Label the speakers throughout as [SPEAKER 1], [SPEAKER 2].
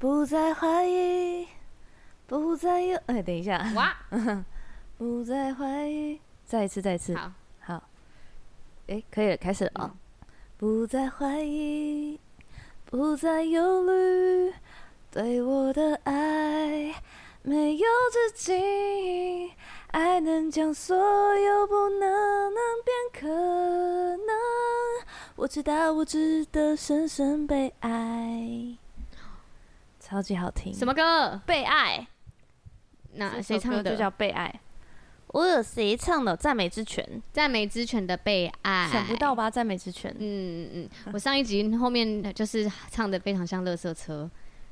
[SPEAKER 1] 不再怀疑，不再有……等一下，
[SPEAKER 2] 哇，
[SPEAKER 1] 不再怀疑，再一次，好，可以了，开始了啊！不再怀疑，不再忧虑，对我的爱没有止境，爱能将所有不能变可能。我知道我值得深深被爱，超级好听。
[SPEAKER 2] 什么歌？
[SPEAKER 1] 被爱。
[SPEAKER 2] 那谁唱的？
[SPEAKER 1] 就叫被爱。我有谁唱的？赞美之泉。
[SPEAKER 2] 赞美之泉的被爱。
[SPEAKER 1] 想不到吧？赞美之泉。
[SPEAKER 2] 我上一集后面就是唱的非常像垃圾车。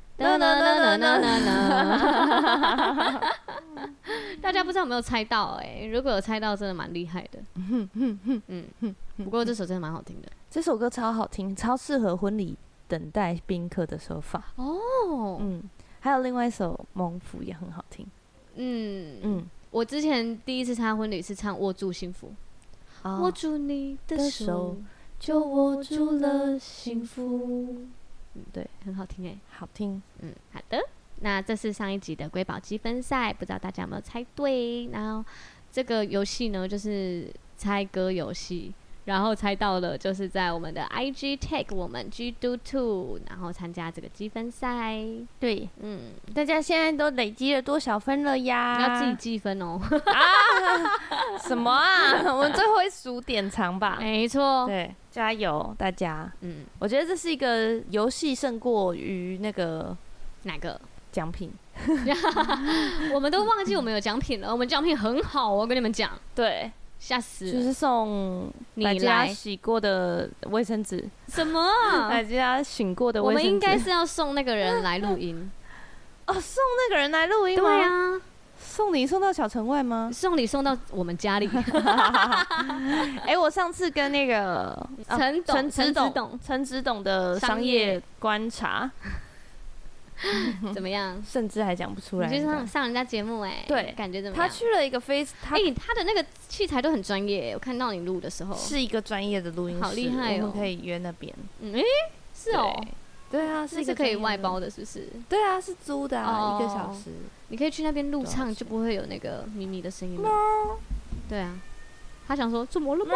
[SPEAKER 2] 大家不知道有没有猜到？如果有猜到，真的蛮厉害的。不过这首真的蛮好听的。
[SPEAKER 1] 这首歌超好听，超适合婚礼等待宾客的时候放。还有另外一首《蒙福》也很好听。
[SPEAKER 2] 我之前第一次参加婚礼是唱《握住幸福》，握住你的手，就握住了幸福。
[SPEAKER 1] 对，
[SPEAKER 2] 很好听
[SPEAKER 1] 好听。
[SPEAKER 2] 好的。那这是上一集的瑰宝积分赛，不知道大家有没有猜对？然后这个游戏呢，就是猜歌游戏。然后猜到了，就是在我们的 IG tag 我们 GDO2， 然后参加这个积分赛。
[SPEAKER 1] 对，大家现在都累积了多少分了呀？
[SPEAKER 2] 要自己计分哦。
[SPEAKER 1] 什么啊？我们最后会数典藏吧？
[SPEAKER 2] 没错。
[SPEAKER 1] 对，加油大家。我觉得这是一个游戏胜过于那个
[SPEAKER 2] 哪个
[SPEAKER 1] 奖品？
[SPEAKER 2] 我们都忘记我们有奖品了。我们奖品很好，我跟你们讲。
[SPEAKER 1] 对。
[SPEAKER 2] 吓死了！
[SPEAKER 1] 就是送大家洗过的卫生纸。
[SPEAKER 2] 什么？
[SPEAKER 1] 大家醒过的卫生纸。
[SPEAKER 2] 我们应该是要送那个人来录音。
[SPEAKER 1] 送那个人来录音吗？
[SPEAKER 2] 对啊。
[SPEAKER 1] 送礼送到小城外吗？
[SPEAKER 2] 送礼送到我们家里。
[SPEAKER 1] 我上次跟那个陈子董的商业观察。
[SPEAKER 2] 怎么样？
[SPEAKER 1] 甚至还讲不出来。
[SPEAKER 2] 你去上人家节目
[SPEAKER 1] 对，
[SPEAKER 2] 感觉怎么样？
[SPEAKER 1] 他去了一个
[SPEAKER 2] 他的那个器材都很专业，我看到你录的时候
[SPEAKER 1] 是一个专业的录音室，
[SPEAKER 2] 好厉害哦！
[SPEAKER 1] 我们可以约那边。
[SPEAKER 2] 是哦，
[SPEAKER 1] 对啊，是一个
[SPEAKER 2] 可以外包的，是不是？
[SPEAKER 1] 对啊，是租的啊，1个小时。
[SPEAKER 2] 你可以去那边录唱，就不会有那个咪咪的声音了。对啊，他想说怎么了吗？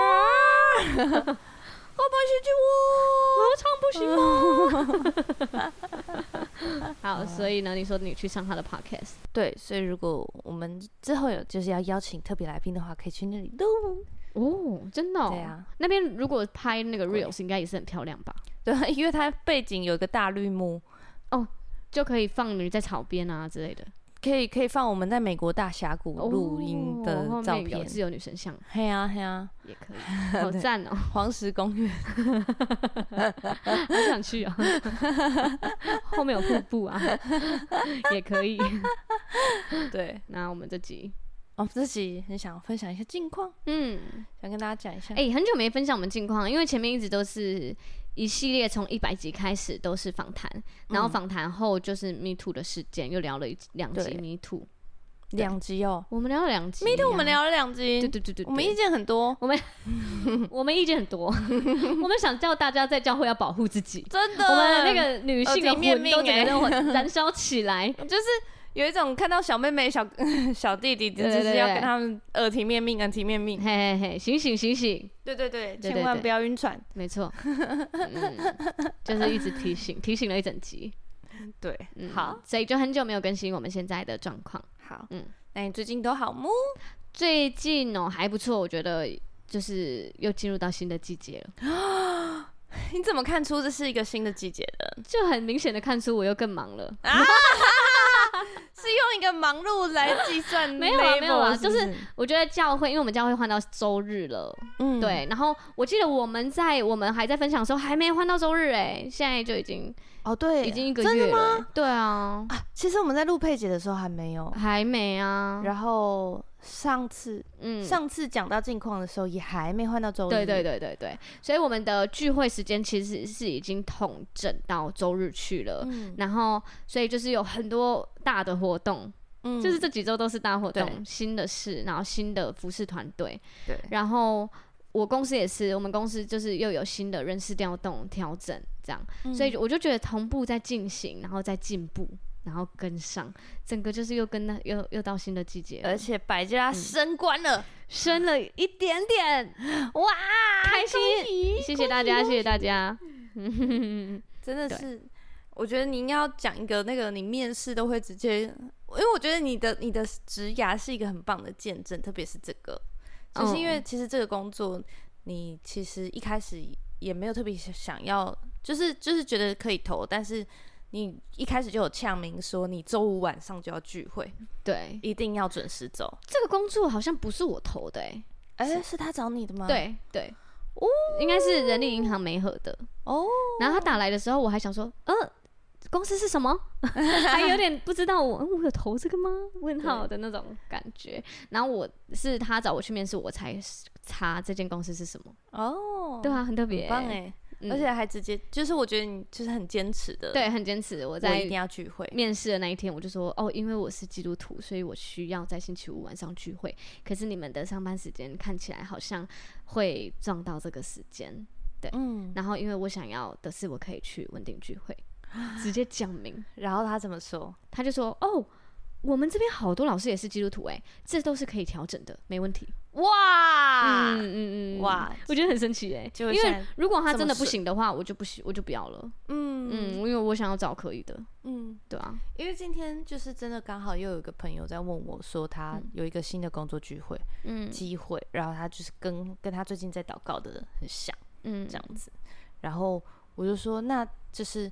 [SPEAKER 2] 我唱不行吗？好，所以呢，你说你去上他的 podcast，
[SPEAKER 1] 对，所以如果我们之后有就是要邀请特别来宾的话，可以去那里录。
[SPEAKER 2] 真的。
[SPEAKER 1] 对啊，
[SPEAKER 2] 那边如果拍那个 reels 应该也是很漂亮吧？
[SPEAKER 1] 对，因为它背景有一个大绿幕，
[SPEAKER 2] 就可以放你在草边啊之类的。
[SPEAKER 1] 可以放我们在美国大峡谷录音的照片，
[SPEAKER 2] 有自由女神像。
[SPEAKER 1] 嘿啊，
[SPEAKER 2] 也可以，好赞哦！
[SPEAKER 1] 黄石公园，
[SPEAKER 2] 好想去啊！后面有瀑布啊，也可以。
[SPEAKER 1] 对，
[SPEAKER 2] 那我们这集
[SPEAKER 1] 很想分享一下近况，想跟大家讲一下。
[SPEAKER 2] 很久没分享我们近况，因为前面一直都是一系列从100集开始都是访谈，然后访谈后就是 Me Too 的事件，又聊了2集 Me Too。
[SPEAKER 1] 2集哦，
[SPEAKER 2] 我们聊了2集。
[SPEAKER 1] Me Too 我们聊了2集，
[SPEAKER 2] 对，
[SPEAKER 1] 我们意见很多，
[SPEAKER 2] 我们意见很多，我们想叫大家在教会要保护自己，
[SPEAKER 1] 真的，
[SPEAKER 2] 我们那个女性的魂都整个燃烧起来，
[SPEAKER 1] 就是有一种看到小妹妹、小弟弟，就是要跟他们耳提面命，
[SPEAKER 2] 嘿，醒醒，
[SPEAKER 1] 对，千万不要晕船，
[SPEAKER 2] 没错，就是一直提醒了一整集，
[SPEAKER 1] 对，好，
[SPEAKER 2] 所以就很久没有更新我们现在的状况。
[SPEAKER 1] 好，那你最近都好吗？
[SPEAKER 2] 最近还不错，我觉得就是又进入到新的季节了。
[SPEAKER 1] 你怎么看出这是一个新的季节的？
[SPEAKER 2] 就很明显的看出我又更忙了。
[SPEAKER 1] 是用一个忙碌来计算
[SPEAKER 2] 没有啊，就是我觉得教会，因为我们教会换到周日了，对。然后我记得我们还在分享的时候还没换到周日现在就已经
[SPEAKER 1] 对，
[SPEAKER 2] 已经1个月了。真的吗？对啊，
[SPEAKER 1] 其实我们在录佩姐的时候还没啊。然后上次讲到近况的时候也还没换到周日。
[SPEAKER 2] 对，所以我们的聚会时间其实是已经统整到周日去了。然后所以就是有很多大的活动，就是这几周都是大活动，新的事，然后新的服事团队。对，然后我公司也是，我们公司就是又有新的人事调动调整这样，所以我就觉得同步在进行，然后再进步，然后跟上，整个就是又到新的季节了，
[SPEAKER 1] 而且百家升官了，
[SPEAKER 2] 升了一点点，哇，开心！谢谢大家，谢谢大家，
[SPEAKER 1] 真的是。我觉得你应该要讲一个那个你面试都会直接，因为我觉得你的职涯是一个很棒的见证，特别是这个，就是因为其实这个工作你其实一开始也没有特别想要，就是觉得可以投，但是你一开始就有呛明说你周五晚上就要聚会，
[SPEAKER 2] 对，
[SPEAKER 1] 一定要准时走。
[SPEAKER 2] 这个工作好像不是我投的
[SPEAKER 1] 是他找你的吗？
[SPEAKER 2] 对，应该是人力银行媒合的哦。然后他打来的时候，我还想说，公司是什么？还有点不知道我有投这个吗？问号的那种感觉。然后我是他找我去面试，我才查这间公司是什么。哦，对啊，很特别，
[SPEAKER 1] 很棒哎！而且还直接就是我觉得你就是很坚持的，
[SPEAKER 2] 对，很坚持。我在
[SPEAKER 1] 一定要聚会
[SPEAKER 2] 面试的那一天，我就说因为我是基督徒，所以我需要在星期五晚上聚会。可是你们的上班时间看起来好像会撞到这个时间，对，然后因为我想要的是我可以去稳定聚会。直接讲明，
[SPEAKER 1] 然后他怎么说？
[SPEAKER 2] 他就说：“我们这边好多老师也是基督徒，这都是可以调整的，没问题。”
[SPEAKER 1] 哇，
[SPEAKER 2] 哇，我觉得很神奇因为如果他真的不行的话，我就不要了。因为我想要找可以的。对啊，
[SPEAKER 1] 因为今天就是真的刚好又有一个朋友在问我说，他有一个新的工作聚会机会，然后他就是跟他最近在祷告的很像，这样子。然后我就说，那就是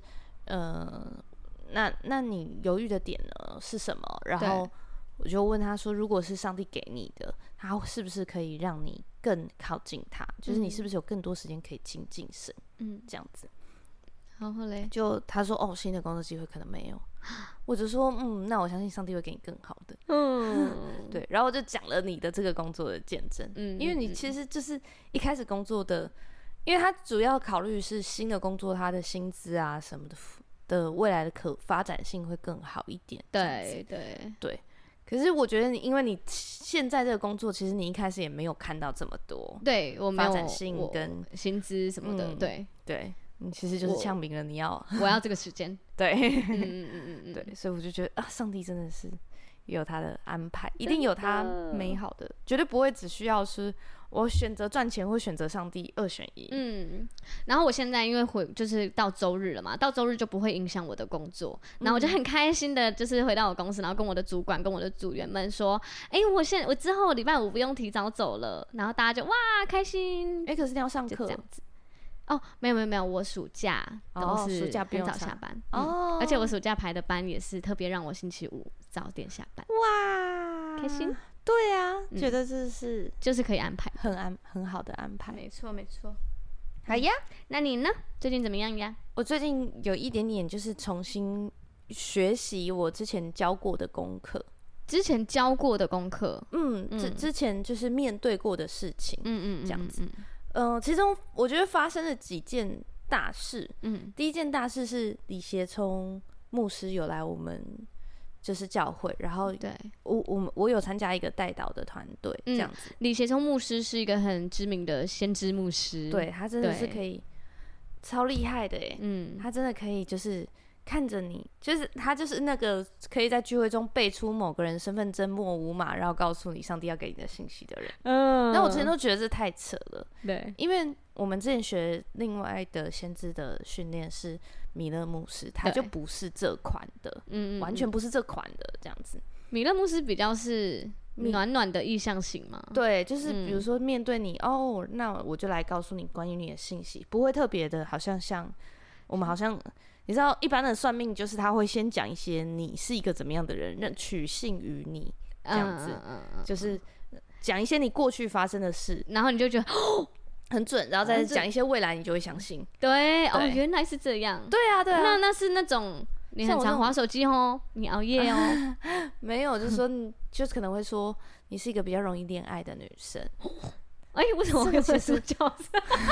[SPEAKER 1] 那你犹豫的点呢是什么？然后我就问他说，如果是上帝给你的，他是不是可以让你更靠近他？就是你是不是有更多时间可以亲近神？这样子。
[SPEAKER 2] 然后嘞，
[SPEAKER 1] 就他说新的工作机会可能没有，我就说那我相信上帝会给你更好的。对，然后我就讲了你的这个工作的见证，因为你其实就是一开始工作的。因为他主要考虑是新的工作，他的薪资啊什么的未来的可发展性会更好一点。对。可是我觉得因为你现在这个工作，其实你一开始也没有看到这么多，
[SPEAKER 2] 对我没有
[SPEAKER 1] 发展性跟
[SPEAKER 2] 薪资什么的，
[SPEAKER 1] 对，你其实就是呛明了你要
[SPEAKER 2] 我要这个时间，
[SPEAKER 1] 对，对，所以我就觉得上帝真的是有他的安排，一定有他美好的，绝对不会只需要是我选择赚钱或选择上帝2选1。
[SPEAKER 2] 然后我现在因为就是到周日了嘛，到周日就不会影响我的工作，然后我就很开心的，就是回到我公司，然后跟我的主管跟我的组员们说，我之后礼拜5不用提早走了，然后大家就哇开心。
[SPEAKER 1] 可是你要上课
[SPEAKER 2] 这样子。没有，我暑假都是很早下班而且我暑假排的班也是特别让我星期5早点下班。
[SPEAKER 1] 哇，
[SPEAKER 2] 开心。
[SPEAKER 1] 对啊，觉得这是
[SPEAKER 2] 就是可以安排，
[SPEAKER 1] 很好的安排。
[SPEAKER 2] 没错。
[SPEAKER 1] 好呀，
[SPEAKER 2] 那你呢？最近怎么样呀？
[SPEAKER 1] 我最近有一点点就是重新学习我之前教过的功课。
[SPEAKER 2] 之前教过的功课，
[SPEAKER 1] 之前就是面对过的事情，这样子。其中我觉得发生了几件大事。第一件大事是李协聪牧师有来我们就是教会，然后
[SPEAKER 2] 对
[SPEAKER 1] 我有参加一个带导的团队，这样子。
[SPEAKER 2] 李协聪牧师是一个很知名的先知牧师，
[SPEAKER 1] 对，他真的是可以超厉害的耶。他真的可以就是看着你，就是他就是那个可以在聚会中背出某个人身份证末五码，然后告诉你上帝要给你的信息的人。那我之前都觉得这太扯了，
[SPEAKER 2] 对，
[SPEAKER 1] 因为我们之前学另外的先知的训练是米勒牧师，他就不是这款的，完全不是这款的这样子。
[SPEAKER 2] 米勒牧师比较是暖暖的意象型嘛，
[SPEAKER 1] 对，就是比如说面对你，那我就来告诉你关于你的信息，不会特别的，好像我们好像。你知道一般的算命就是他会先讲一些你是一个怎么样的人，取信于你这样子，就是讲一些你过去发生的事，
[SPEAKER 2] 然后你就觉得
[SPEAKER 1] 很准，然后再讲一些未来，你就会相信。
[SPEAKER 2] 对，原来是这样。
[SPEAKER 1] 对啊，
[SPEAKER 2] 那是那种你很常滑手机你熬夜
[SPEAKER 1] 没有，就是说你就是可能会说你是一个比较容易恋爱的女生。
[SPEAKER 2] 为什么会是主角色？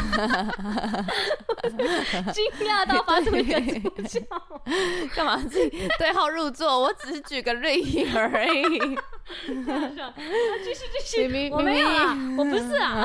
[SPEAKER 2] 惊讶到发出一个主角，
[SPEAKER 1] 干嘛自己对号入座？我只是举个例而已。
[SPEAKER 2] 继续，我没有啊，我不是啊。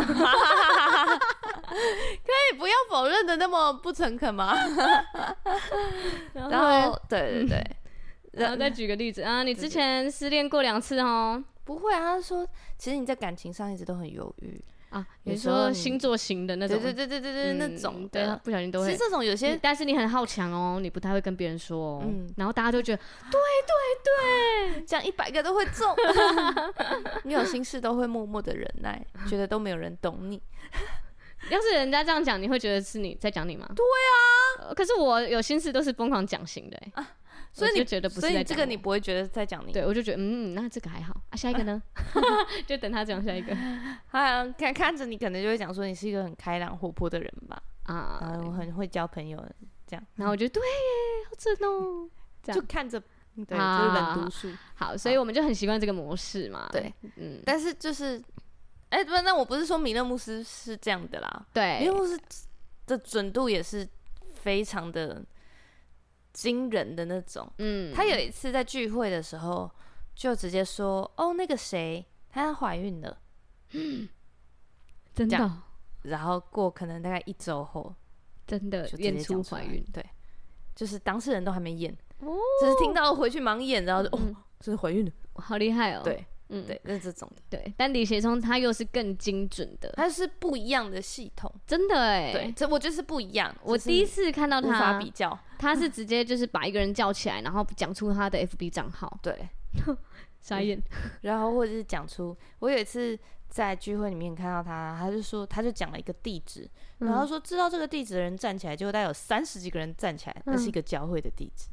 [SPEAKER 1] 可以不要否认的那么不诚恳吗？然后对，
[SPEAKER 2] 然后再举个例子啊，你之前失恋过2次哦。
[SPEAKER 1] 不会啊，他说其实你在感情上一直都很犹豫
[SPEAKER 2] 啊，你说星座型的那种，
[SPEAKER 1] 对，那种
[SPEAKER 2] 对，不小心都会。
[SPEAKER 1] 其实这种有些，
[SPEAKER 2] 但是你很好强哦，你不太会跟别人说哦，然后大家都觉得对，
[SPEAKER 1] 讲100个都会中，你有心事都会默默的忍耐，觉得都没有人懂你。
[SPEAKER 2] 要是人家这样讲，你会觉得是你在讲你吗？
[SPEAKER 1] 对啊，
[SPEAKER 2] 可是我有心事都是疯狂讲型的
[SPEAKER 1] 所以你
[SPEAKER 2] 就觉得不是在讲我，
[SPEAKER 1] 所以这个你不会觉得在讲你，
[SPEAKER 2] 对，我就觉得那这个还好啊，下一个呢？就等他讲下一个。
[SPEAKER 1] 看着你可能就会讲说你是一个很开朗活泼的人吧，然后很会交朋友这样，
[SPEAKER 2] 然后我觉得对耶，好准哦，
[SPEAKER 1] 就看着对，就是冷读书。
[SPEAKER 2] 好，所以我们就很习惯这个模式嘛。
[SPEAKER 1] 对，但是就是不是，那我不是说米勒牧师是这样的啦，
[SPEAKER 2] 对，
[SPEAKER 1] 米勒牧师的准度也是非常的惊人的那种。他有一次在聚会的时候就直接说：“哦，那个谁，她怀孕了。”
[SPEAKER 2] 真的。
[SPEAKER 1] 然后过可能大概1周后，
[SPEAKER 2] 真的验出怀孕。
[SPEAKER 1] 对，就是当事人都还没验，只是听到回去盲验，然后就这是怀孕了，
[SPEAKER 2] 好厉害哦。
[SPEAKER 1] 对。对，是这种的。
[SPEAKER 2] 对，但李协聪他又是更精准的，
[SPEAKER 1] 它是不一样的系统，
[SPEAKER 2] 真的哎。
[SPEAKER 1] 对，这我就是不一样。
[SPEAKER 2] 我第一次看到他，
[SPEAKER 1] 无法比较。
[SPEAKER 2] 他是直接就是把一个人叫起来，然后讲出他的 FB 账号。
[SPEAKER 1] 对，
[SPEAKER 2] 傻眼。
[SPEAKER 1] 然后或者是讲出，我有一次在聚会里面看到他，他就说，他就讲了一个地址，然后说知道这个地址的人站起来，结果大概有30几个人站起来，那是一个教会的地址。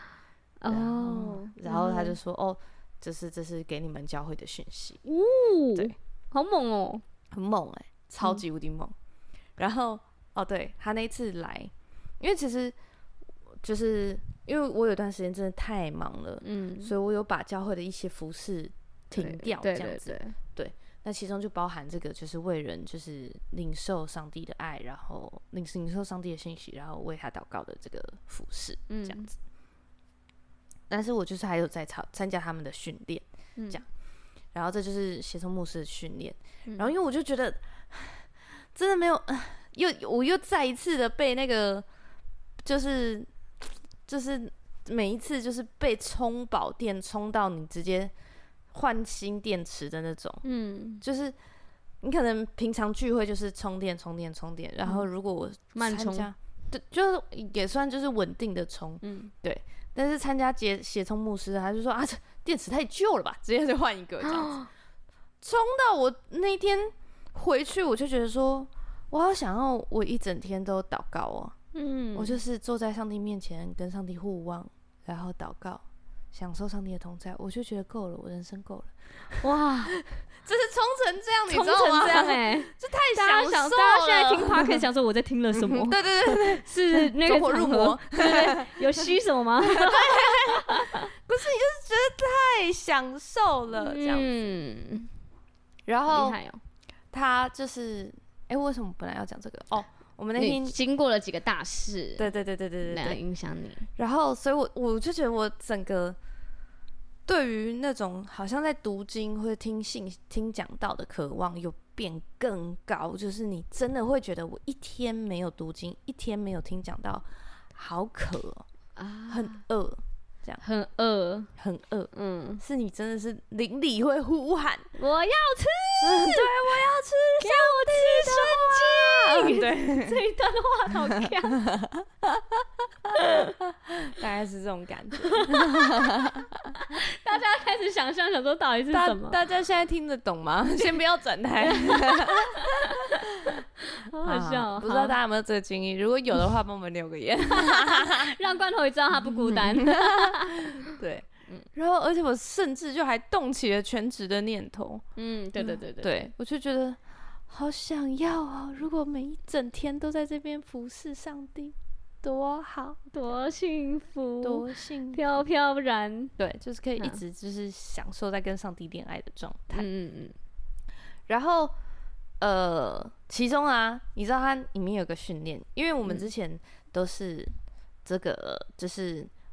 [SPEAKER 1] 然后他就说这是给你们教会的讯息。对，
[SPEAKER 2] 好猛哦，
[SPEAKER 1] 很猛超级无敌猛。然后对，他那一次来，因为其实就是因为我有段时间真的太忙了，所以我有把教会的一些服事停掉，这样子。对，那其中就包含这个，就是为人就是领受上帝的爱，然后领受上帝的信息，然后为他祷告的这个服事，这样子。但是我就是还有在参加他们的训练，这样，然后这就是协聪牧师的训练，然后因为我就觉得真的没有，我又再一次的被那个就是每一次就是被充饱电充到你直接换新电池的那种，就是你可能平常聚会就是充电，然后如果我
[SPEAKER 2] 慢充，
[SPEAKER 1] 对，就是也算就是稳定的充，对。但是参加协聪牧师，他就说这电池太旧了吧，直接就换一个这样子。充到我那天回去，我就觉得说，我好想要我一整天都祷告哦。我就是坐在上帝面前跟上帝互望，然后祷告，享受上帝的同在，我就觉得够了，我人生够了。哇，这是充成这样，你知道吗？
[SPEAKER 2] 这样这
[SPEAKER 1] 太享受了。
[SPEAKER 2] 大家现在听 Podcast 想说我在听了什么？
[SPEAKER 1] 对，
[SPEAKER 2] 是那个
[SPEAKER 1] 走火入魔，
[SPEAKER 2] 对，有虚什么吗？
[SPEAKER 1] 不是，你就是觉得太享受了这样子。然后他就是为什么本来要讲这个？我们那天
[SPEAKER 2] 经过了几个大事，
[SPEAKER 1] 对，
[SPEAKER 2] 来影响你。
[SPEAKER 1] 然后，所以我就觉得我整个对于那种好像在读经或者听讲道的渴望有变更高，就是你真的会觉得我一天没有读经，一天没有听讲道，好渴很饿。这样
[SPEAKER 2] 很饿，
[SPEAKER 1] 是你真的是邻里会呼喊，
[SPEAKER 2] 我要吃，
[SPEAKER 1] 对，我要吃，
[SPEAKER 2] 给我吃圣经，对，这一段话好强，
[SPEAKER 1] 大概是这种感觉。
[SPEAKER 2] 大家开始想说到底是什么？
[SPEAKER 1] 大家现在听得懂吗？先不要转台。
[SPEAKER 2] 好好笑，
[SPEAKER 1] 不知道大家有没有这个经历？如果有的话，帮我们留个言，
[SPEAKER 2] 让罐头也知道他不孤单。
[SPEAKER 1] 对，然后而且我甚至就还动起了全职的念头。对，我就觉得好想要如果每一整天都在这边服侍上帝，多好，
[SPEAKER 2] 多幸福，
[SPEAKER 1] 多幸福，
[SPEAKER 2] 飘飘然。
[SPEAKER 1] 对，就是可以一直就是享受在跟上帝恋爱的状态。然后其中你知道它里面有个训练，因为我们之前都是这个就是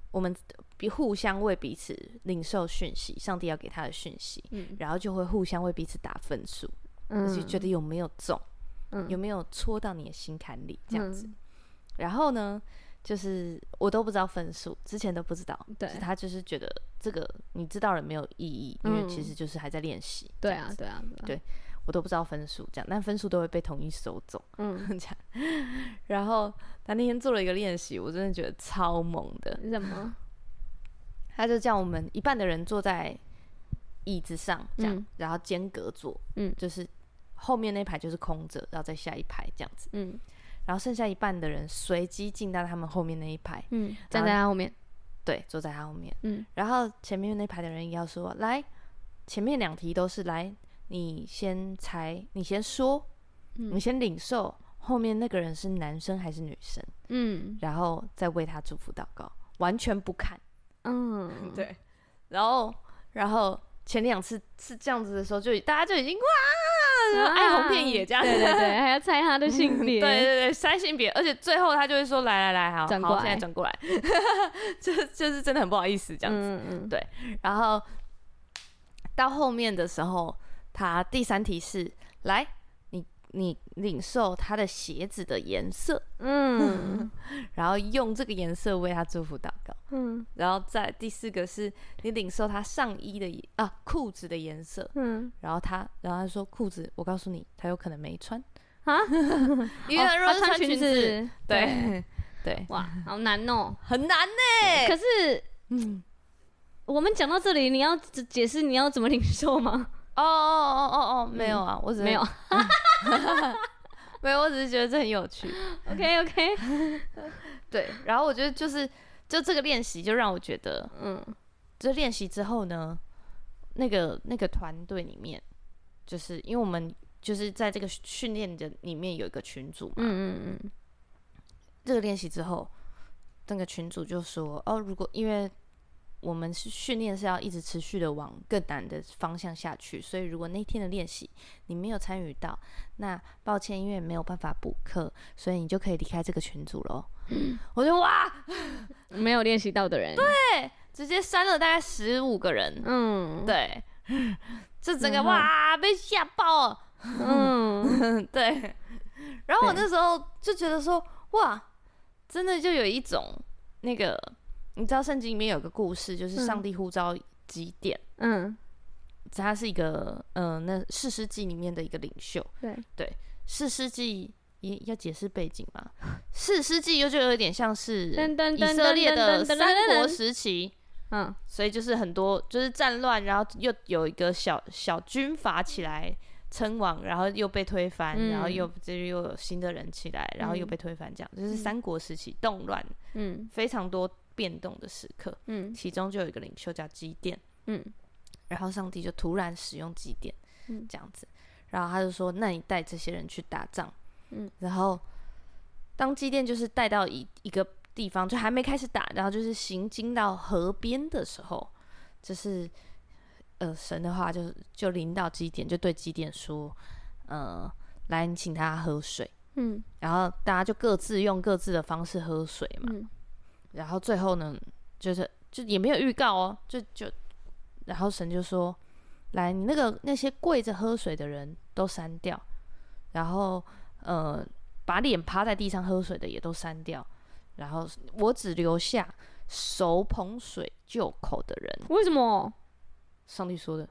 [SPEAKER 1] 我们互相为彼此领受讯息，上帝要给他的讯息，然后就会互相为彼此打分数，就觉得有没有中，有没有戳到你的心坎里这样子。然后呢，就是我都不知道分数，之前都不知道，对，他就是觉得这个你知道了没有意义，因为其实就是还在练习。
[SPEAKER 2] 对啊，对啊，
[SPEAKER 1] 对，我都不知道分数这样，但分数都会被统一收走，这样。然后他那天做了一个练习，我真的觉得超猛的。
[SPEAKER 2] 什么？
[SPEAKER 1] 他就叫我们一半的人坐在椅子上，这样，然后间隔坐，就是后面那排就是空着，然后再下一排这样子，然后剩下一半的人随机进到他们后面那一排，
[SPEAKER 2] 站在他后面，
[SPEAKER 1] 对，坐在他后面，然后前面那排的人也要说，来，前面2题都是来，你先猜，你先说，你先领受，后面那个人是男生还是女生，然后再为他祝福祷告，完全不看，对，然后前2次是这样子的时候，就大家就已经哇，哀鸿遍野这样，
[SPEAKER 2] 对对对，还要猜他的性别，
[SPEAKER 1] 对对对，猜性别，而且最后他就会说来，好，现在转过来，就是真的很不好意思这样子，对，然后到后面的时候，他第3题是来。你领受他的鞋子的颜色，然后用这个颜色为他祝福祷告，然后再第4个是你领受他上衣的裤子的颜色，然后他说裤子，我告诉你，他有可能没穿啊，因为他如果是穿裙子，对，
[SPEAKER 2] 哇，好难哦，
[SPEAKER 1] 很难呢。
[SPEAKER 2] 可是，我们讲到这里，你要解释你要怎么领受吗？
[SPEAKER 1] 没有啊，我只是
[SPEAKER 2] 没有，
[SPEAKER 1] 没有，我只是觉得这很有趣。
[SPEAKER 2] OK，
[SPEAKER 1] 对，然后我觉得就这个练习就让我觉得，这练习之后呢，那个团队里面，就是因为我们就是在这个训练的里面有一个群组嘛，这个练习之后，那个群组就说，如果因为我们是训练是要一直持续的往更难的方向下去，所以如果那天的练习你没有参与到，那抱歉，因为没有办法补课，所以你就可以离开这个群组咯。我就哇，
[SPEAKER 2] 没有练习到的人，
[SPEAKER 1] 对，直接删了大概15个人，对，这整个哇被吓爆了，对，然后我那时候就觉得说，哇，真的就有一种那个。你知道圣经里面有个故事，就是上帝呼召基甸，他是一个那士师记里面的一个领袖，对，士师记也要解释背景嘛，士师记就有点像是以色列的3国时期，所以就是很多就是战乱，然后又有一个小军阀起来称王，然后又被推翻，然后又有新的人起来，然后又被推翻，这样就是3国时期动乱，非常多变动的时刻，其中就有一个领袖叫基甸，然后上帝就突然使用基甸，这样子，然后他就说，那你带这些人去打仗，然后当基甸就是带到一个地方，就还没开始打，然后就是行经到河边的时候，就是神的话就临到基甸，就对基甸说，来，你请他喝水，然后大家就各自用各自的方式喝水嘛，然后最后呢，就也没有预告哦，然后神就说，来，你那些跪着喝水的人都删掉，然后把脸趴在地上喝水的也都删掉，然后我只留下手捧水就口的人。
[SPEAKER 2] 为什么？
[SPEAKER 1] 上帝说的。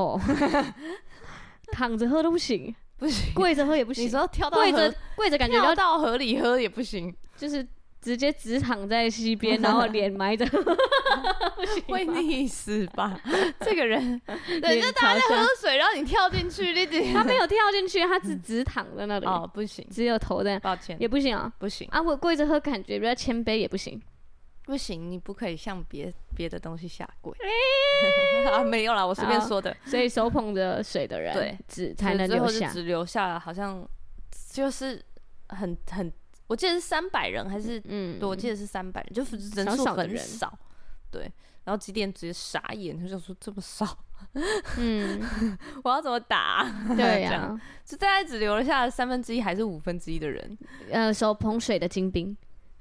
[SPEAKER 2] 躺着喝都不行，
[SPEAKER 1] 不行，
[SPEAKER 2] 跪着喝也不行。
[SPEAKER 1] 你说跳到
[SPEAKER 2] 跪着感觉
[SPEAKER 1] 跳到河里喝也不行，
[SPEAKER 2] 就是直接直躺在溪边，然后脸埋着，不行，
[SPEAKER 1] 会溺死吧？这个人，对，就大家在喝水，然后你跳进去，
[SPEAKER 2] 他没有跳进去，他是直躺在那里。
[SPEAKER 1] 不行，
[SPEAKER 2] 只有头在，
[SPEAKER 1] 抱歉，
[SPEAKER 2] 也不行啊，
[SPEAKER 1] 不行
[SPEAKER 2] 啊！我跪着喝，感觉比较谦卑，也不行。
[SPEAKER 1] 不行，你不可以向别的东西下跪。没有啦，我随便说的。
[SPEAKER 2] 所以手捧着水的人，对，才能留下，
[SPEAKER 1] 只留下了，好像就是很，我记得是300人还是对，我记得是300人，就人数很少。对，然后基甸直接傻眼，他就说这么少，我要怎么打？
[SPEAKER 2] 对呀，
[SPEAKER 1] 就大概只留了下1/3还是1/5的人。
[SPEAKER 2] 手捧水的精兵。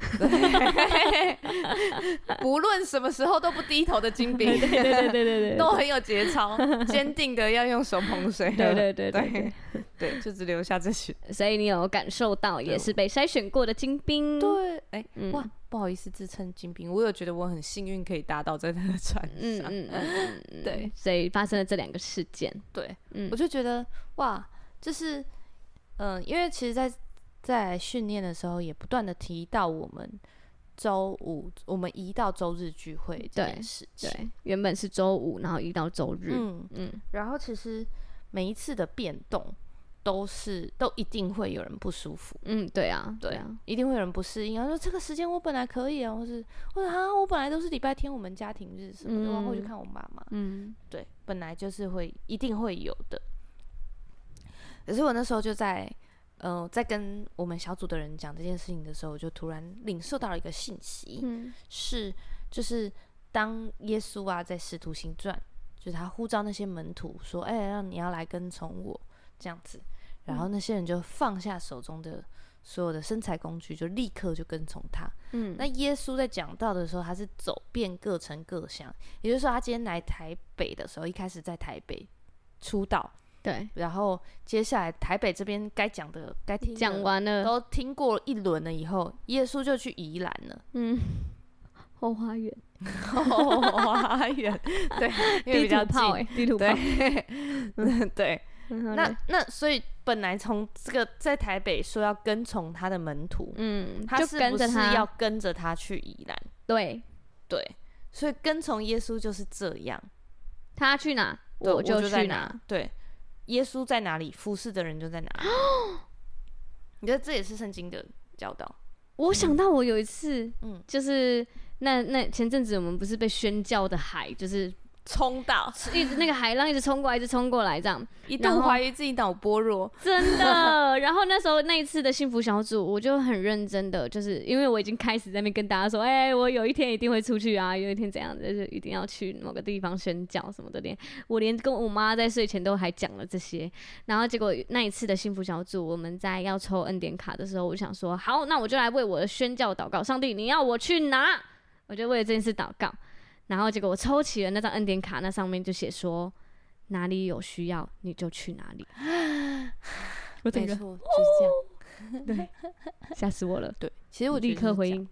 [SPEAKER 1] 不论什么时候都不低头的金兵，
[SPEAKER 2] 对，
[SPEAKER 1] 都很有节操，坚定的要用手捧水，对，就只留下这些。
[SPEAKER 2] 所以你有感受到，也是被筛选过的金兵。
[SPEAKER 1] 对，哇，不好意思自称金兵，我有觉得我很幸运可以搭到在那个船上，对，
[SPEAKER 2] 所以发生了这2个事件，
[SPEAKER 1] 对，我就觉得哇，就是因为其实在训练的时候也不断的提到我们周五我们移到周日聚会这件事情，
[SPEAKER 2] 对，原本是周五，然后移到周日，
[SPEAKER 1] 然后其实每一次的变动都一定会有人不舒服，
[SPEAKER 2] 对啊，
[SPEAKER 1] 一定会有人不适应，然后说这个时间我本来可以啊，或者我本来都是礼拜天我们家庭日什么的，我要回去看我妈妈，对，本来就是一定会有的。可是我那时候就在跟我们小组的人讲这件事情的时候，我就突然领受到了一个信息，就是当耶稣啊在使徒行传，就是他呼召那些门徒说，让你要来跟从我这样子，然后那些人就放下手中的所有的生财工具，就立刻就跟从他。那耶稣在讲道的时候，他是走遍各城各乡，也就是说他今天来台北的时候，一开始在台北出道。
[SPEAKER 2] 对，
[SPEAKER 1] 然后接下来台北这边该讲的、该听的
[SPEAKER 2] 讲完了，
[SPEAKER 1] 都听过一轮了以后，耶稣就去宜兰了。
[SPEAKER 2] 后花园，
[SPEAKER 1] 后花园，对，因为比较近，
[SPEAKER 2] 地图炮，
[SPEAKER 1] 对。那所以本来从这个在台北说要跟从他的门徒，他是不是要跟着他去宜兰？
[SPEAKER 2] 对，
[SPEAKER 1] 所以跟从耶稣就是这样，
[SPEAKER 2] 他去哪我就去哪，
[SPEAKER 1] 对。耶稣在哪里，服侍的人就在哪里。你觉得这也是圣经的教导？
[SPEAKER 2] 我想到我有一次，就是那前阵子我们不是被宣教的海，就是
[SPEAKER 1] 冲到，
[SPEAKER 2] 一直那个海浪一直冲过来，一直冲过来，这样
[SPEAKER 1] 一度怀疑自己脑波弱，
[SPEAKER 2] 真的。然后那时候那一次的幸福小组，我就很认真的，就是因为我已经开始在那边跟大家说，我有一天一定会出去啊，有一天怎样的，就是一定要去某个地方宣教什么的，我连跟我妈在睡前都还讲了这些。然后结果那一次的幸福小组，我们在要抽恩典卡的时候，我想说，好，那我就来为我的宣教祷告，上帝，你要我去哪？我就为了这件事祷告。然后结果我抽起了那张恩典卡，那上面就写说哪里有需要你就去哪里。
[SPEAKER 1] 没错，就是这样。
[SPEAKER 2] 对，吓死我了。
[SPEAKER 1] 对，其实我
[SPEAKER 2] 立刻回应。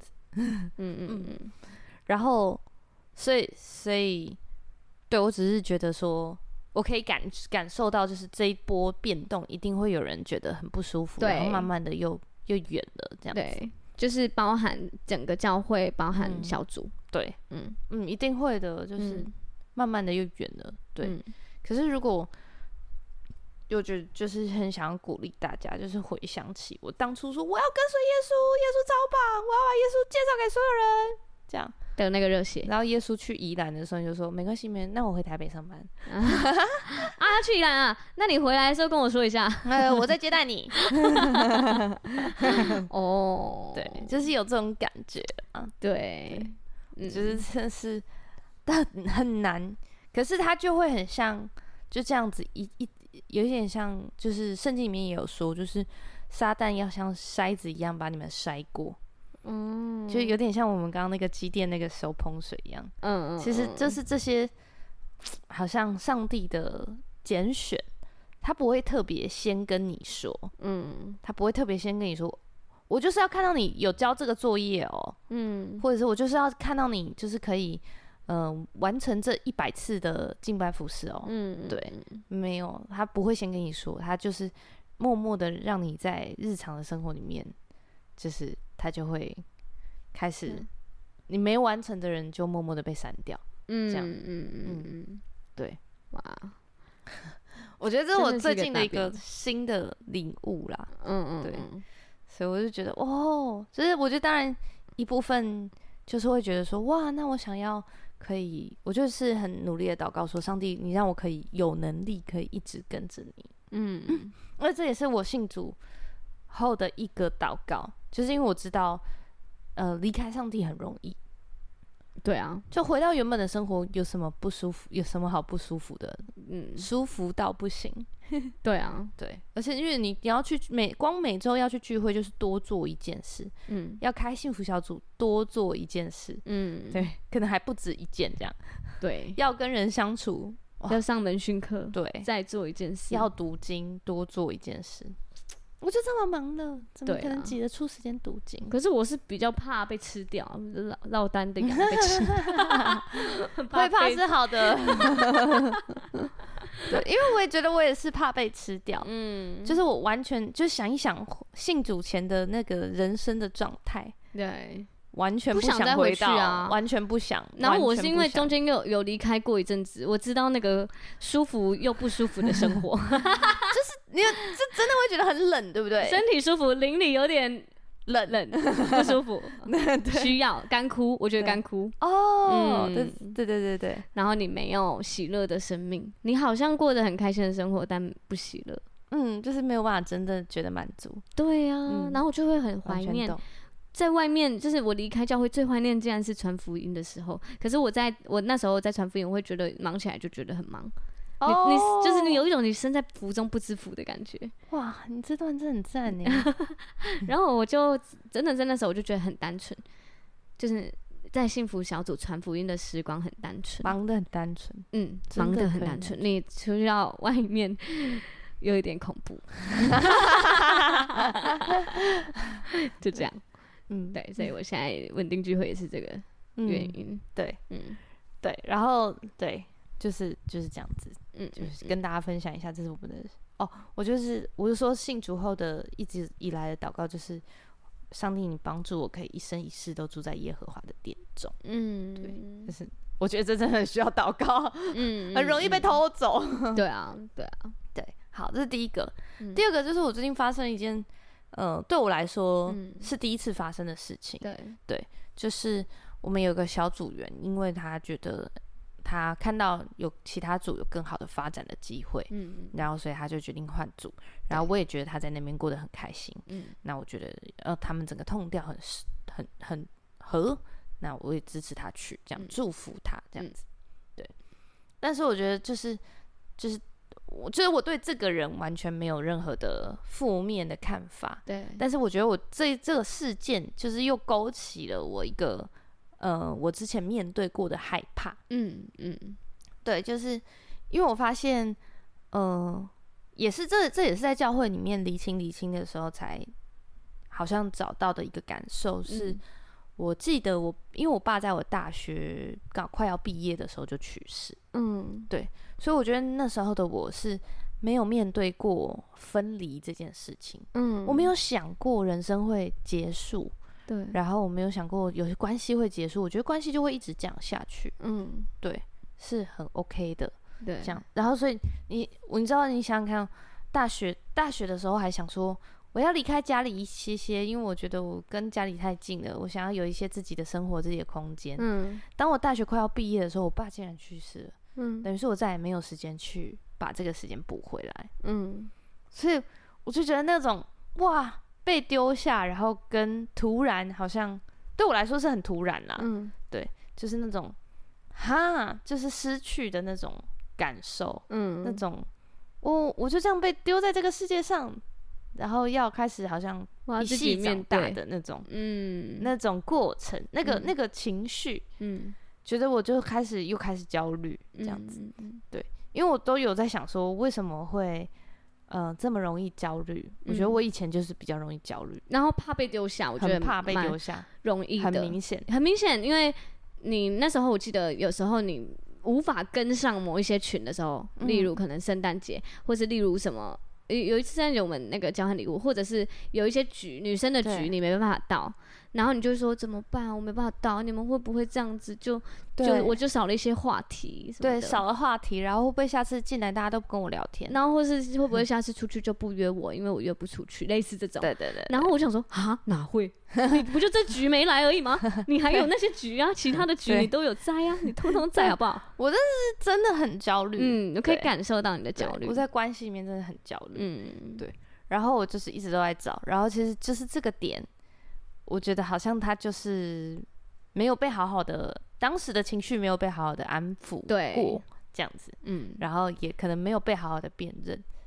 [SPEAKER 1] 然后，所以，对，我只是觉得说，我可以感受到，就是这一波变动，一定会有人觉得很不舒服，然后慢慢的又远了，这样子。
[SPEAKER 2] 对，就是包含整个教会，包含小组。
[SPEAKER 1] 对，一定会的，就是慢慢的又远了，对。可是如果我觉得就是很想要鼓励大家，就是回想起我当初说我要跟随耶稣，耶稣超棒，我要把耶稣介绍给所有人，这样
[SPEAKER 2] 的那个热血。
[SPEAKER 1] 然后耶稣去宜兰的时候，你就说没关系，那我回台北上班。
[SPEAKER 2] 去宜兰啊？那你回来的时候跟我说一下，
[SPEAKER 1] 我再接待你。
[SPEAKER 2] 哦，
[SPEAKER 1] 对，就是有这种感觉啊，
[SPEAKER 2] 对。
[SPEAKER 1] 就是真的是，但很难。可是它就会很像，就这样子有点像，就是圣经里面也有说，就是撒旦要像筛子一样把你们筛过，就有点像我们刚刚那个机电那个手捧水一样。其实就是这些，好像上帝的拣选，他不会特别先跟你说，他不会特别先跟你说。我就是要看到你有交这个作业哦，或者是我就是要看到你就是可以，完成这100次的敬拜服事哦，对，没有，他不会先跟你说，他就是默默的让你在日常的生活里面，就是他就会开始，你没完成的人就默默的被删掉，这样，对，哇，我觉得这是我最近的一个新的领悟啦，对。所以我就觉得，就是我觉得当然一部分就是会觉得说，哇，那我想要可以，我就是很努力的祷告说，上帝，你让我可以有能力可以一直跟着你。因为这也是我信主后的一个祷告，就是因为我知道，离开上帝很容易。
[SPEAKER 2] 对啊，
[SPEAKER 1] 就回到原本的生活，有什么不舒服？有什么好不舒服的？舒服到不行。
[SPEAKER 2] 对啊，
[SPEAKER 1] 对，而且因为你要去光每周要去聚会，就是多做一件事。要开幸福小组，多做一件事。对，可能还不止一件这样。
[SPEAKER 2] 对，
[SPEAKER 1] 要跟人相处，
[SPEAKER 2] 要上门训课，
[SPEAKER 1] 对，
[SPEAKER 2] 再做一件事，
[SPEAKER 1] 要读经，多做一件事。我就这么忙了，怎么可能挤得出时间读经？
[SPEAKER 2] 可是我是比较怕被吃掉，落单的感觉被吃
[SPEAKER 1] 会怕是好的。对，因为我也觉得我也是怕被吃掉。就是我完全就想一想信主前的那个人生的状态，
[SPEAKER 2] 对，
[SPEAKER 1] 完全不想再回去啊，完全不想。
[SPEAKER 2] 然后我是因为中间有离开过一阵子，我知道那个舒服又不舒服的生活。
[SPEAKER 1] 就是你这真的会觉得很冷，对不对？
[SPEAKER 2] 身体舒服，灵里有点冷不舒服。需要干枯，我觉得干枯。对。然后你没有喜乐的生命，你好像过得很开心的生活，但不喜乐。就是没有办法真的觉得满足。对啊，然后我就会很怀念。在外面，就是我离开教会最怀念，竟然是传福音的时候。可是我那时候在传福音，我会觉得忙起来就觉得很忙。你就是你有一种你身在福中不知福的感觉。哇，你这段真的很赞耶。然后我就真的在那时候我就觉得很单纯，就是在幸福小组传福音的时光很单纯，
[SPEAKER 1] 忙得很单纯。
[SPEAKER 2] 忙得很单纯。你出到外面有一点恐怖。就这样。对，所以我现在稳定聚会也是这个原因。对，对，然后对。就是这样子，就是跟大家分享一下，这是我们的我就说信主后的一直以来的祷告，就是上帝，你帮助我可以一生一世都住在耶和华的殿中。对，就是我觉得这真的很需要祷告，很容易被偷走。对啊，对。好，这是第一个。第二个就是我最近发生一件，对我来说是第一次发生的事情。对，就是我们有个小组员，因为他觉得。他看到有其他组有更好的发展的机会，然后所以他就决定换组。然后我也觉得他在那边过得很开心，那我觉得他们整个痛调很合，那我也支持他去，这样祝福他这样子。对，但是我觉得就是我觉得我对这个人完全没有任何的负面的看法，对。但是我觉得我这个事件就是又勾起了我一个。我之前面对过的害怕，对，就是因为我发现，也是这也是在教会里面厘清的时候，才好像找到的一个感受是，我记得因为我爸在我大学快要毕业的时候就去世，对，所以我觉得那时候的我是没有面对过分离这件事情，我没有想过人生会结束。对，然后我没有想过有些关系会结束，我觉得关系就会一直这样下去。对，是很 OK 的。对，这样。然后所以你知道，你想想看，大学的时候还想说我要离开家里一些，因为我觉得我跟家里太近了，我想要有一些自己的生活、自己的空间。当我大学快要毕业的时候，我爸竟然去世了。等于是我再也没有时间去把这个时间补回来。所以我就觉得那种哇。被丢下，然后跟突然好像对我来说是很突然啦，对，就是那种就是失去的那种感受，那种我就这样被丢在这个世界上，然后要开始好像一系长大的那种，那种过程，那个情绪，觉得我就又开始焦虑这样子，对，因为我都有在想说为什么会。这么容易焦虑，我觉得我以前就是比较容易焦虑，然后怕被丢下，我觉得
[SPEAKER 1] 很怕被丢下，
[SPEAKER 2] 容易的，
[SPEAKER 1] 很明
[SPEAKER 2] 显，因为你那时候我记得有时候你无法跟上某一些群的时候，例如可能圣诞节，或是例如什么，有一次圣诞节我们那个交换礼物，或者是有一些局女生的局你没办法到，然后你就说怎么办？我没办法到，你们会不会这样子？就我就少了一些话题什么的，
[SPEAKER 1] 对，少了话题，然后会不会下次进来大家都不跟我聊天？
[SPEAKER 2] 然后或是会不会下次出去就不约我，因为我约不出去，类似这种。
[SPEAKER 1] 对。
[SPEAKER 2] 然后我想说哪会？你不就这局没来而已吗？你还有那些局啊，其他的局你都有在啊，你通通在好不好？
[SPEAKER 1] 我真的很焦虑，
[SPEAKER 2] 我可以感受到你的焦虑。
[SPEAKER 1] 我在关系里面真的很焦虑，对。然后我就是一直都在找，然后其实就是这个点。我觉得好像他就是没有被好好的，当时的情绪没有被好好的安抚过，这样子，然后也可能没有被好好的辨认，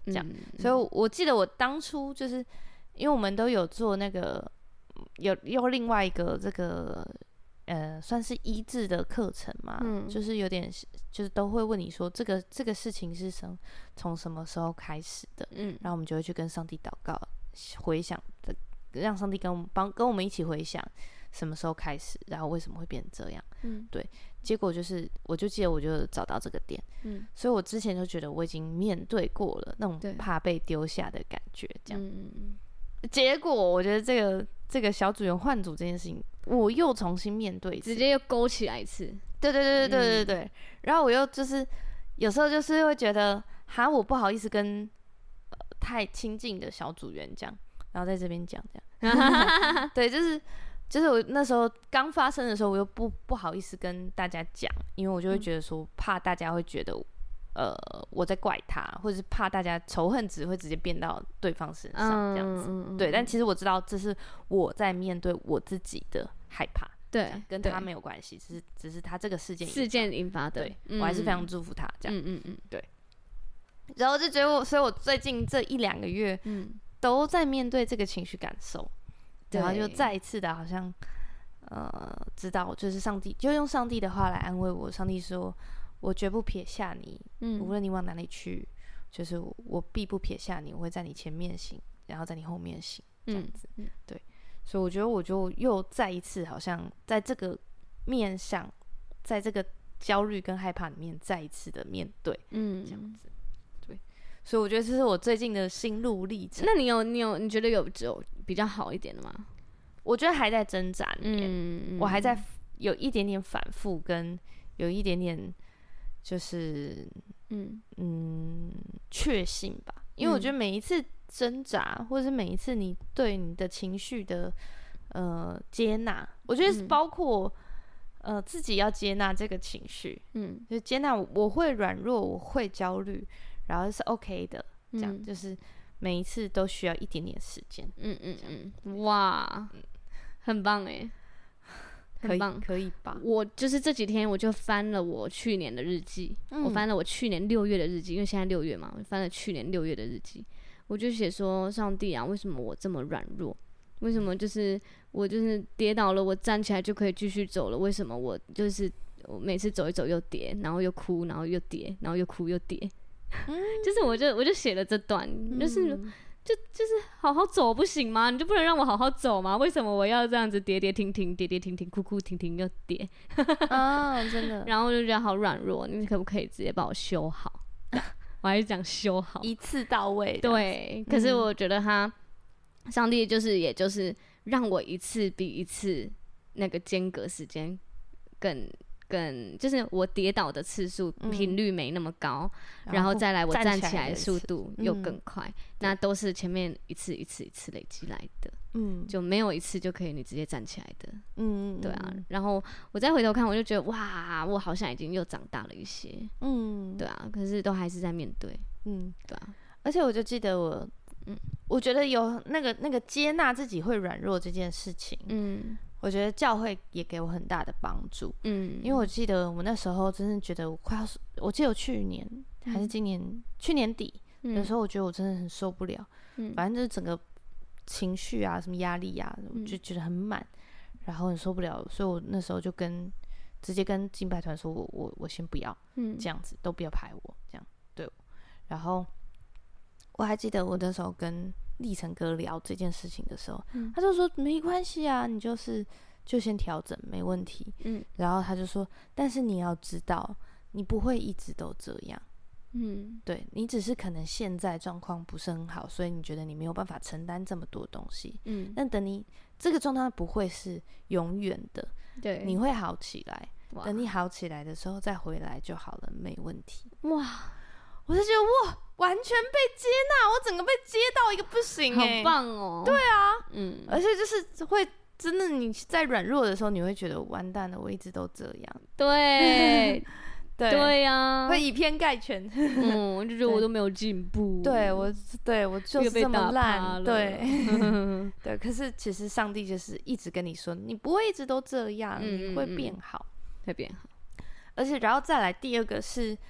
[SPEAKER 1] 这样。所以我记得我当初就是因为我们都有做那个有另外一个这个算是医治的课程嘛，就是有点就是都会问你说这个事情是从什么时候开始的，然后我们就会去跟上帝祷告，回想的，让上帝跟我们一起回想什么时候开始，然后为什么会变成这样，对，结果就是我就记得我就找到这个点，所以我之前就觉得我已经面对过了那种怕被丢下的感觉，这样，结果我觉得这个小组员换组这件事情，我又重新面对一次，
[SPEAKER 2] 直接又勾起来一次。
[SPEAKER 1] 对。然后我又就是有时候就是会觉得，我不好意思跟太亲近的小组员讲，然后在这边讲这样。对，就是我那时候刚发生的时候，我又不好意思跟大家讲，因为我就会觉得说，怕大家会觉得我在怪他，或者是怕大家仇恨值会直接变到对方身上这样子。对，但其实我知道这是我在面对我自己的害怕，
[SPEAKER 2] 对，
[SPEAKER 1] 跟他没有关系，只是他这个事件
[SPEAKER 2] 引发的。
[SPEAKER 1] 对，我还是非常祝福他这样。对。然后就觉得所以我最近这1-2个月，都在面对这个情绪感受，然后就再一次的好像知道就是上帝就用上帝的话来安慰我，上帝说，我绝不撇下你，无论你往哪里去，就是我必不撇下你，我会在你前面行，然后在你后面行，这样子。对，所以我觉得我就又再一次好像在这个面上，在这个焦虑跟害怕里面再一次的面对，这样子。对，所以我觉得这是我最近的心路历程。
[SPEAKER 2] 那你觉得有比较好一点的吗？
[SPEAKER 1] 我觉得还在挣扎里面，我还在有一点点反复，跟有一点点就是确信吧。因为我觉得每一次挣扎，或者是每一次你对你的情绪的接纳，我觉得是包括自己要接纳这个情绪，就接纳我会软弱，我会焦虑，然后是 OK 的，这样就是每一次都需要一点点时间。
[SPEAKER 2] 哇，很棒哎，很棒，
[SPEAKER 1] 可以吧？
[SPEAKER 2] 我就是这几天我就翻了我去年的日记，我翻了我去年6月的日记，因为现在6月嘛，我翻了去年6月的日记，我就写说，上帝啊，为什么我这么软弱？为什么就是我就是跌倒了，我站起来就可以继续走了？为什么我每次走一走又跌，然后又哭，然后又跌，然后又哭又跌？就是我就写了这段，就是好好走不行吗？你就不能让我好好走吗？为什么我要这样子跌跌停停，跌跌停停，哭哭停停又跌？
[SPEAKER 1] 真的。
[SPEAKER 2] 然后我就觉得好软弱，你可不可以直接把我修好？我还是讲修好，
[SPEAKER 1] 一次到位。对，
[SPEAKER 2] 可是我觉得上帝也就是让我一次比一次那个间隔时间更就是我跌倒的次数频率没那么高，然后再来我站起来的速度又更快，那都是前面一次累积来的，就没有一次就可以你直接站起来的，对啊。然后我再回头看，我就觉得哇，我好像已经又长大了一些，对啊，可是都还是在面对，对啊。
[SPEAKER 1] 而且我就记得我觉得有那个接纳自己会软弱这件事情，我觉得教会也给我很大的帮助，因为我记得我那时候真的觉得我记得我去年还是去年底的时候，我觉得我真的很受不了，反正就是整个情绪啊，什么压力啊，我就觉得很满，然后很受不了，所以我那时候就直接跟敬拜团说，我先不要，这样子都不要排我，这样对。然后我还记得我那时候跟立成哥聊这件事情的时候，他就说没关系啊，你就先调整，没问题。然后他就说，但是你要知道，你不会一直都这样。对，你只是可能现在状况不是很好，所以你觉得你没有办法承担这么多东西。但等你这个状态不会是永远的，
[SPEAKER 2] 对，
[SPEAKER 1] 你会好起来。等你好起来的时候再回来就好了，没问题。哇！我就觉得哇，完全被接纳，我整个被接到一个不行，
[SPEAKER 2] 好棒哦！
[SPEAKER 1] 对啊，而且就是会真的你在软弱的时候，你会觉得完蛋了，我一直都这样。
[SPEAKER 2] 对，对呀，
[SPEAKER 1] 会以偏概全。
[SPEAKER 2] 我就觉得我都没有进步。
[SPEAKER 1] 对我就是这么烂。对，对。可是其实上帝就是一直跟你说，你不会一直都这样，你会变好，
[SPEAKER 2] 会变好。
[SPEAKER 1] 而且然后再来第二个是。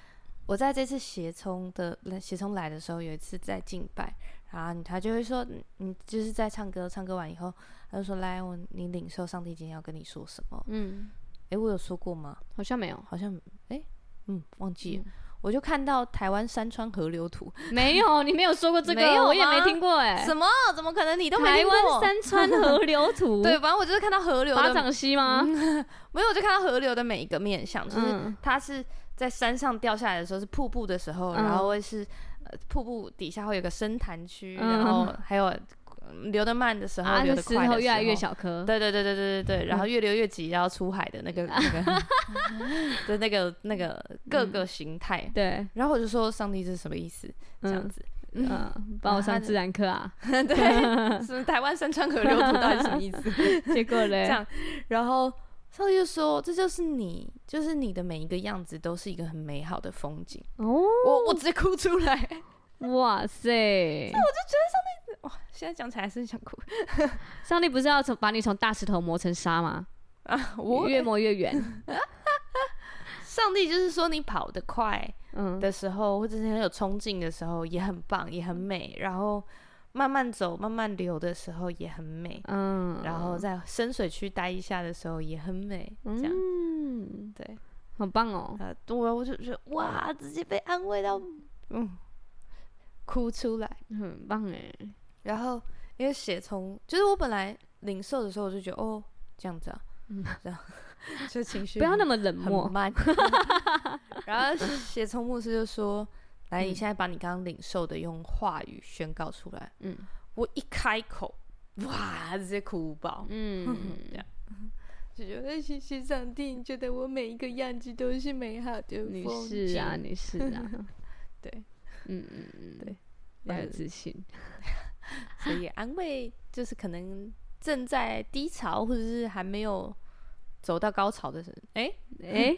[SPEAKER 1] 我在这次协聪来的时候，有一次在敬拜，然后他就会说，你就是在唱歌完以后，他就说来，你领受上帝今天要跟你说什么。我有说过吗？
[SPEAKER 2] 好像没有，
[SPEAKER 1] 好像忘记了。我就看到台湾山川河流图，
[SPEAKER 2] 没有，你没有说过这个，我也没听过
[SPEAKER 1] 什么？怎么可能你都没听过？
[SPEAKER 2] 台湾山川河流图，
[SPEAKER 1] 对，反正我就是看到河流的
[SPEAKER 2] 巴掌溪吗？
[SPEAKER 1] 没有，我就看到河流的每一个面向，就是它是在山上掉下来的时候是瀑布的时候，然后会是瀑布底下会有个深潭区，然后还有流得慢的时候，流得快的时候，
[SPEAKER 2] 越来越小颗，
[SPEAKER 1] 对，然后越流越急，然后出海的那个的那个各个形态，
[SPEAKER 2] 对。
[SPEAKER 1] 然后我就说，上帝这是什么意思？这样子，
[SPEAKER 2] 帮我上自然课啊？
[SPEAKER 1] 对，什么台湾山川河流图到底什么意思？
[SPEAKER 2] 结果嘞，
[SPEAKER 1] 这样，然后上帝就说，这就是你，就是你的每一个样子都是一个很美好的风景。我直接哭出来。
[SPEAKER 2] 哇塞！
[SPEAKER 1] 我就觉得上帝，哇，现在讲起来还是很想哭。
[SPEAKER 2] 上帝不是要把你从大石头磨成沙吗？我越磨越远。
[SPEAKER 1] 上帝就是说，你跑得快的时候，或者是很有冲劲的时候，也很棒，也很美。然后慢慢走、慢慢流的时候也很美。然后在深水区待一下的时候也很美。这样，对，
[SPEAKER 2] 好棒哦。
[SPEAKER 1] 对，我就觉得哇，直接被安慰到，哭出来，
[SPEAKER 2] 很棒哎。
[SPEAKER 1] 然后因为血从，就是我本来领受的时候，我就觉得这样子啊，这样就情绪
[SPEAKER 2] 不要那么冷漠，
[SPEAKER 1] 很慢。然后血从牧师就说：“来，你现在把你刚刚领受的用话语宣告出来。”我一开口，哇，直接哭爆。这样就觉得谢谢上帝，你觉得我每一个样子都是美好的风景。
[SPEAKER 2] 你是啊，
[SPEAKER 1] 对。对，
[SPEAKER 2] 要有自信。
[SPEAKER 1] 所以安慰就是可能正在低潮，或者是还没有走到高潮的人，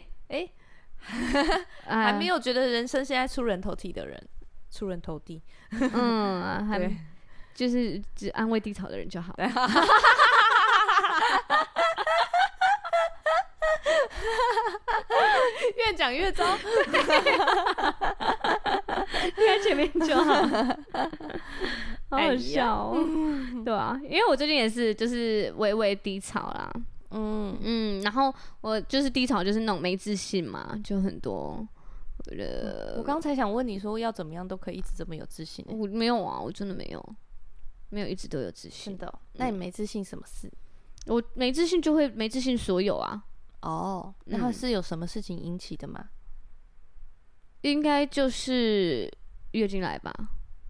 [SPEAKER 1] 还没有觉得人生现在出人头地的人，出人头地。
[SPEAKER 2] 对，就是只安慰低潮的人就好。
[SPEAKER 1] 越讲越糟。
[SPEAKER 2] 应该前面就好。好好笑哦。对啊，因为我最近也是就是微微低潮啦。然后我就是低潮，就是那种没自信嘛，就很多。
[SPEAKER 1] 我刚才想问你说，要怎么样都可以一直这么有自信？
[SPEAKER 2] 我没有啊，我真的没有一直都有自信。
[SPEAKER 1] 真的？那你没自信什么事？
[SPEAKER 2] 我没自信就会没自信所有啊。
[SPEAKER 1] 然后是有什么事情引起的吗？
[SPEAKER 2] 应该就是月经来吧。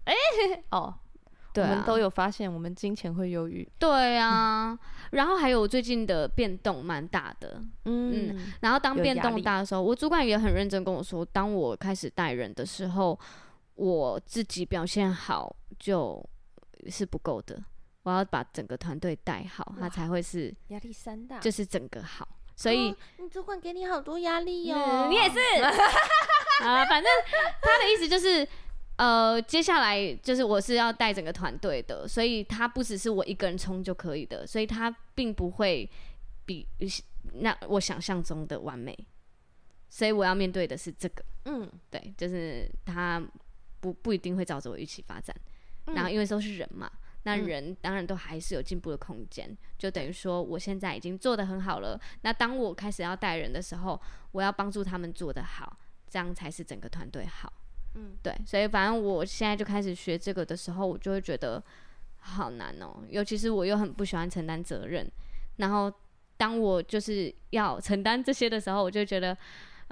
[SPEAKER 1] 对啊，我们都有发现，我们经前会忧郁。
[SPEAKER 2] 对啊，然后还有最近的变动蛮大的。然后当变动大的时候，我主管也很认真跟我说，当我开始带人的时候，我自己表现好就是不够的，我要把整个团队带好，他才会是
[SPEAKER 1] 压力山大，
[SPEAKER 2] 就是整个好。所以
[SPEAKER 1] 你主管给你好多压力哦。
[SPEAKER 2] 你也是。反正他的意思就是接下来就是我是要带整个团队的，所以他不只是我一个人冲就可以的，所以他并不会比那我想象中的完美，所以我要面对的是这个。对，就是他不一定会照着我预期发展。然后因为都是人嘛，那人当然都还是有进步的空间，就等于说我现在已经做得很好了，那当我开始要带人的时候，我要帮助他们做得好，这样才是整个团队好。对，所以反正我现在就开始学这个的时候，我就会觉得好难哦，尤其是我又很不喜欢承担责任，然后当我就是要承担这些的时候，我就觉得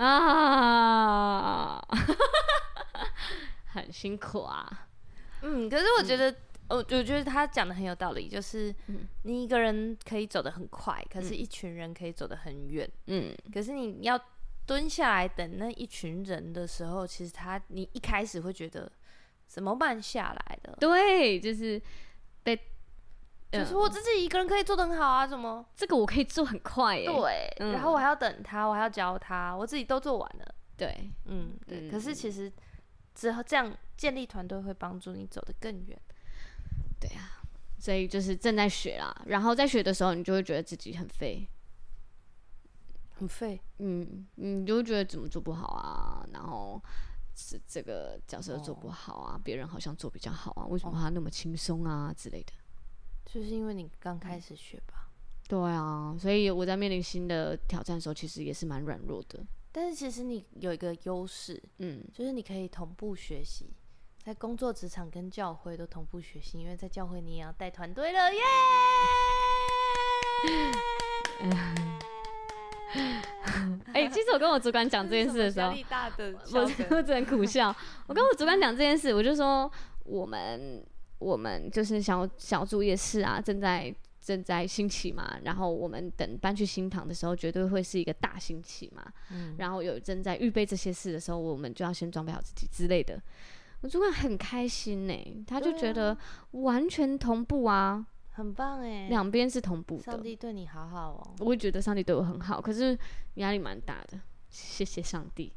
[SPEAKER 2] 很辛苦啊。
[SPEAKER 1] 可是我觉得我觉得他讲的很有道理，就是你一个人可以走得很快，可是一群人可以走得很远。可是你要蹲下来等那一群人的时候，其实你一开始会觉得怎么办下来的？
[SPEAKER 2] 对，就是
[SPEAKER 1] 就是我自己一个人可以做得很好啊，怎么
[SPEAKER 2] 这个我可以做很快耶？
[SPEAKER 1] 对，然后我还要等他，我还要教他，我自己都做完了。
[SPEAKER 2] 对，
[SPEAKER 1] 对。可是其实之后这样建立团队会帮助你走得更远。
[SPEAKER 2] 对啊，所以就是正在学啦，然后在学的时候，你就会觉得自己很废。
[SPEAKER 1] 很废，
[SPEAKER 2] 你就会觉得怎么做不好啊，然后这个角色做不好啊，别人好像做比较好啊，为什么他那么轻松啊之类的。
[SPEAKER 1] 就是因为你刚开始学吧。
[SPEAKER 2] 对啊，所以我在面临新的挑战的时候，其实也是蛮软弱的。
[SPEAKER 1] 但是其实你有一个优势，就是你可以同步学习，在工作职场跟教会都同步学习，因为在教会你也要带团队了耶。
[SPEAKER 2] 其实我跟我主管讲这件事的时候，
[SPEAKER 1] 压力大的
[SPEAKER 2] 我只能苦笑。我跟我主管讲这件事，我就说我们就是小组也是啊，正在兴起嘛，然后我们等搬去新堂的时候，绝对会是一个大兴起嘛。然后有正在预备这些事的时候，我们就要先装备好自己之类的。我主管很开心欸，他就觉得完全同步啊，
[SPEAKER 1] 很棒欸，
[SPEAKER 2] 两边是同步的。
[SPEAKER 1] 上帝对你好好哦。
[SPEAKER 2] 我会觉得上帝对我很好，可是压力蛮大的。谢谢上帝。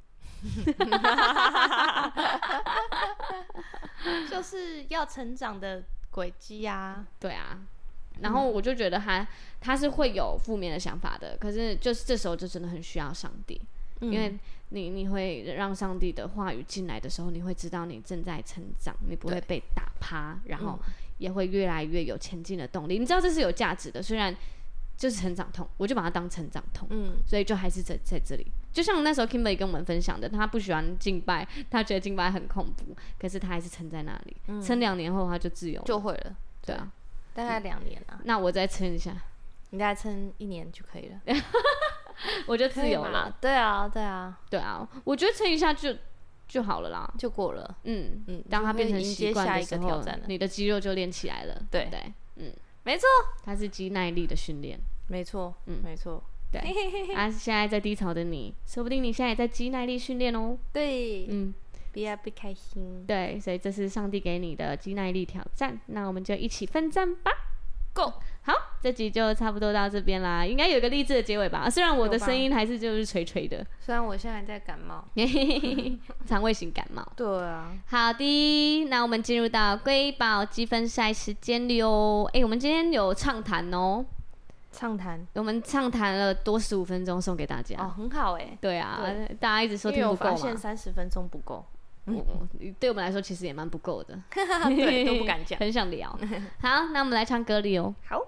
[SPEAKER 1] 就是要成长的轨迹啊。
[SPEAKER 2] 对啊。然后我就觉得他是会有负面的想法的，可是就是这时候就真的很需要上帝，因为你会让上帝的话语进来的时候，你会知道你正在成长，你不会被打趴，然后也会越来越有前进的动力。你知道这是有价值的，虽然就是成长痛，我就把它当成长痛，所以就还是在这里。就像那时候 Kimberly 跟我们分享的，他不喜欢敬拜，他觉得敬拜很恐怖，可是他还是撑在那里，撑2年后他就自由了，
[SPEAKER 1] 就会了。
[SPEAKER 2] 对啊。
[SPEAKER 1] 大概2年啊。
[SPEAKER 2] 那我再撑一下，
[SPEAKER 1] 你大概撑1年就可以了。
[SPEAKER 2] 我就自由了。
[SPEAKER 1] 对啊，
[SPEAKER 2] 我觉得撑一下就好了啦，
[SPEAKER 1] 就过了。
[SPEAKER 2] 当它变成习惯的时候，你的肌肉就练起来了。对，
[SPEAKER 1] 没错，
[SPEAKER 2] 它是肌耐力的训练。
[SPEAKER 1] 没错，没错。
[SPEAKER 2] 对，现在在低潮的你，说不定你现在也在肌耐力训练哦。
[SPEAKER 1] 对，不要不开心。
[SPEAKER 2] 对，所以这是上帝给你的肌耐力挑战，那我们就一起奋战吧。
[SPEAKER 1] Go！
[SPEAKER 2] 好，这集就差不多到这边啦，应该有一个励志的结尾吧？虽然我的声音还是就是垂垂的，
[SPEAKER 1] 虽然我现在还在感冒，
[SPEAKER 2] 肠胃型感冒。
[SPEAKER 1] 对啊。
[SPEAKER 2] 好的，那我们进入到瑰宝积分赛时间了。我们今天有畅谈哦。我们畅谈了多15分钟送给大家。
[SPEAKER 1] 很好欸。
[SPEAKER 2] 对啊，大家一直说听不够嘛。
[SPEAKER 1] 因为我发现30分钟不够。
[SPEAKER 2] 对我们来说其实也蛮不够的。
[SPEAKER 1] 对，都不敢讲。
[SPEAKER 2] 很想聊。好，那我们来唱歌里哦。
[SPEAKER 1] 好。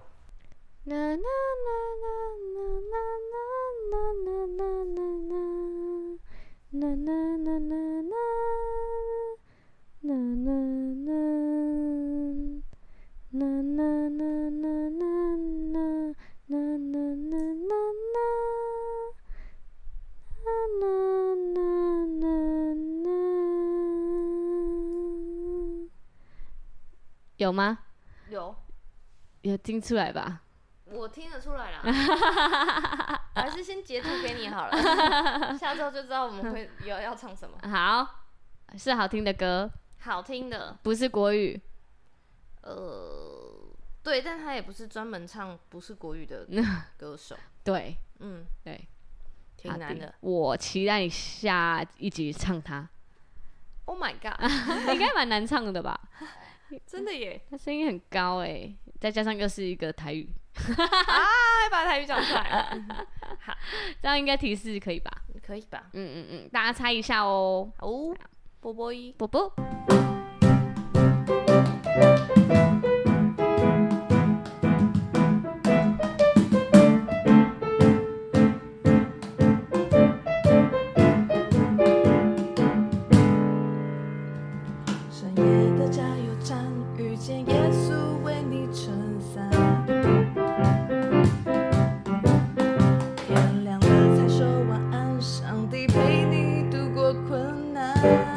[SPEAKER 2] 有吗？
[SPEAKER 1] 有
[SPEAKER 2] 听出来吧？
[SPEAKER 1] 我听得出来啦。还是先截图给你好了，下周就知道我们会要唱什么。
[SPEAKER 2] 好，是好听的歌，
[SPEAKER 1] 好听的，
[SPEAKER 2] 不是国语。
[SPEAKER 1] 对，但他也不是专门唱不是国语的歌手。
[SPEAKER 2] 对，对，挺难的。我期待你下一集唱他。
[SPEAKER 1] Oh my god，
[SPEAKER 2] 应该蛮难唱的吧？
[SPEAKER 1] 真的耶，
[SPEAKER 2] 他声音很高哎，再加上又是一个台语，
[SPEAKER 1] 还把台语讲出来了。好，
[SPEAKER 2] 这样应该提示可以吧？
[SPEAKER 1] 可以吧？
[SPEAKER 2] 大家猜一下哦。
[SPEAKER 1] 波波一，
[SPEAKER 2] 波波。
[SPEAKER 1] 天亮了才说晚安，上帝陪你度过困难。